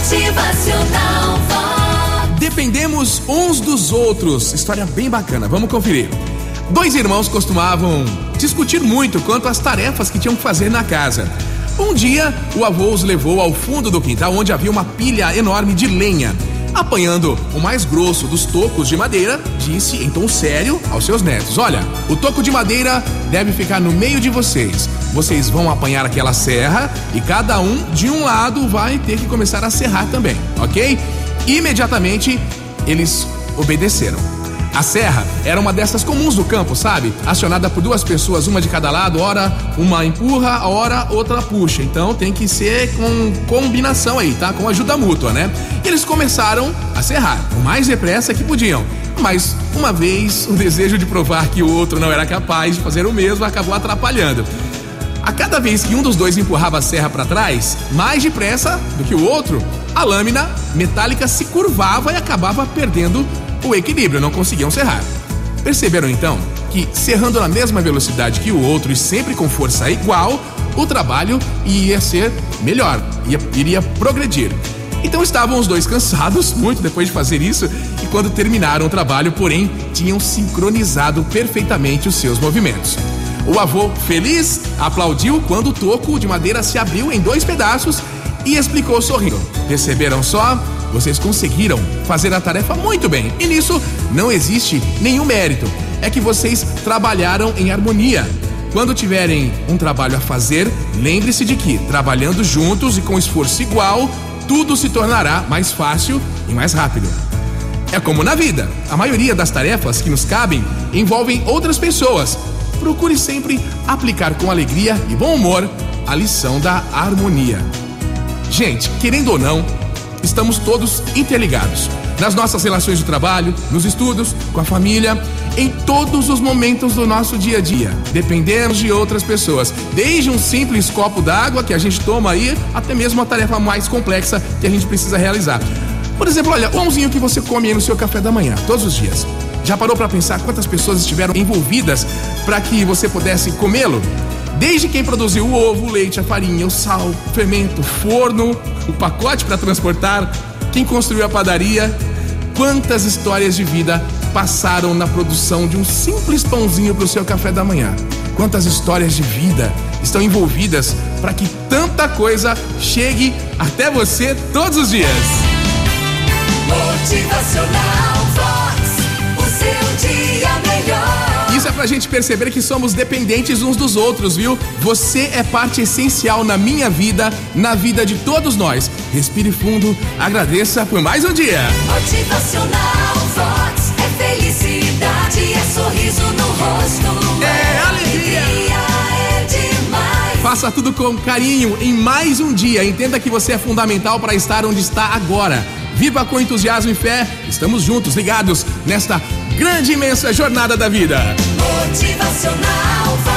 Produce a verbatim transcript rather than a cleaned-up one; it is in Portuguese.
Motivacional Vox. Dependemos uns dos outros. História bem bacana, vamos conferir. Dois irmãos costumavam discutir muito quanto às tarefas que tinham que fazer na casa. Um dia, o avô os levou ao fundo do quintal, onde havia uma pilha enorme de lenha. Apanhando o mais grosso dos tocos de madeira, disse em tom sério aos seus netos: olha, o toco de madeira deve ficar no meio de vocês. Vocês vão apanhar aquela serra e cada um de um lado vai ter que começar a serrar também, ok? Imediatamente, eles obedeceram. A serra era uma dessas comuns do campo, sabe? Acionada por duas pessoas, uma de cada lado. Ora uma empurra, ora outra puxa. Então tem que ser com combinação aí, tá? Com ajuda mútua, né? E eles começaram a serrar o mais depressa que podiam. Mas, uma vez, o desejo de provar que o outro não era capaz de fazer o mesmo acabou atrapalhando. A cada vez que um dos dois empurrava a serra para trás, mais depressa do que o outro, a lâmina metálica se curvava e acabava perdendo o equilíbrio, não conseguiam serrar. Perceberam então que, serrando na mesma velocidade que o outro e sempre com força igual, o trabalho ia ser melhor, ia, iria progredir. Então estavam os dois cansados, muito depois de fazer isso, e quando terminaram o trabalho, porém, tinham sincronizado perfeitamente os seus movimentos. O avô, feliz, aplaudiu quando o toco de madeira se abriu em dois pedaços e explicou sorrindo: perceberam só? Vocês conseguiram fazer a tarefa muito bem. E nisso não existe nenhum mérito. É que vocês trabalharam em harmonia. Quando tiverem um trabalho a fazer, lembre-se de que, trabalhando juntos e com esforço igual, tudo se tornará mais fácil e mais rápido. É como na vida. A maioria das tarefas que nos cabem envolvem outras pessoas. Procure sempre aplicar com alegria e bom humor a lição da harmonia. Gente, querendo ou não, estamos todos interligados. Nas nossas relações de trabalho, nos estudos, com a família, em todos os momentos do nosso dia a dia. Dependemos de outras pessoas. Desde um simples copo d'água que a gente toma aí, até mesmo uma tarefa mais complexa que a gente precisa realizar. Por exemplo, olha, o pãozinho que você come aí no seu café da manhã, todos os dias. Já parou para pensar quantas pessoas estiveram envolvidas para que você pudesse comê-lo? Desde quem produziu o ovo, o leite, a farinha, o sal, o fermento, o forno, o pacote para transportar, quem construiu a padaria. Quantas histórias de vida passaram na produção de um simples pãozinho para o seu café da manhã? Quantas histórias de vida estão envolvidas para que tanta coisa chegue até você todos os dias? Motivacional Vox, o seu dia melhor. Isso é pra gente perceber que somos dependentes uns dos outros, viu? Você é parte essencial na minha vida, na vida de todos nós. Respire fundo, agradeça por mais um dia. Motivacional Vox é felicidade, é sorriso no rosto, é alegria, é demais. Faça tudo com carinho em mais um dia. Entenda que você é fundamental para estar onde está agora. Viva com entusiasmo e fé. Estamos juntos, ligados nesta grande e imensa jornada da vida. Motivacional Vox.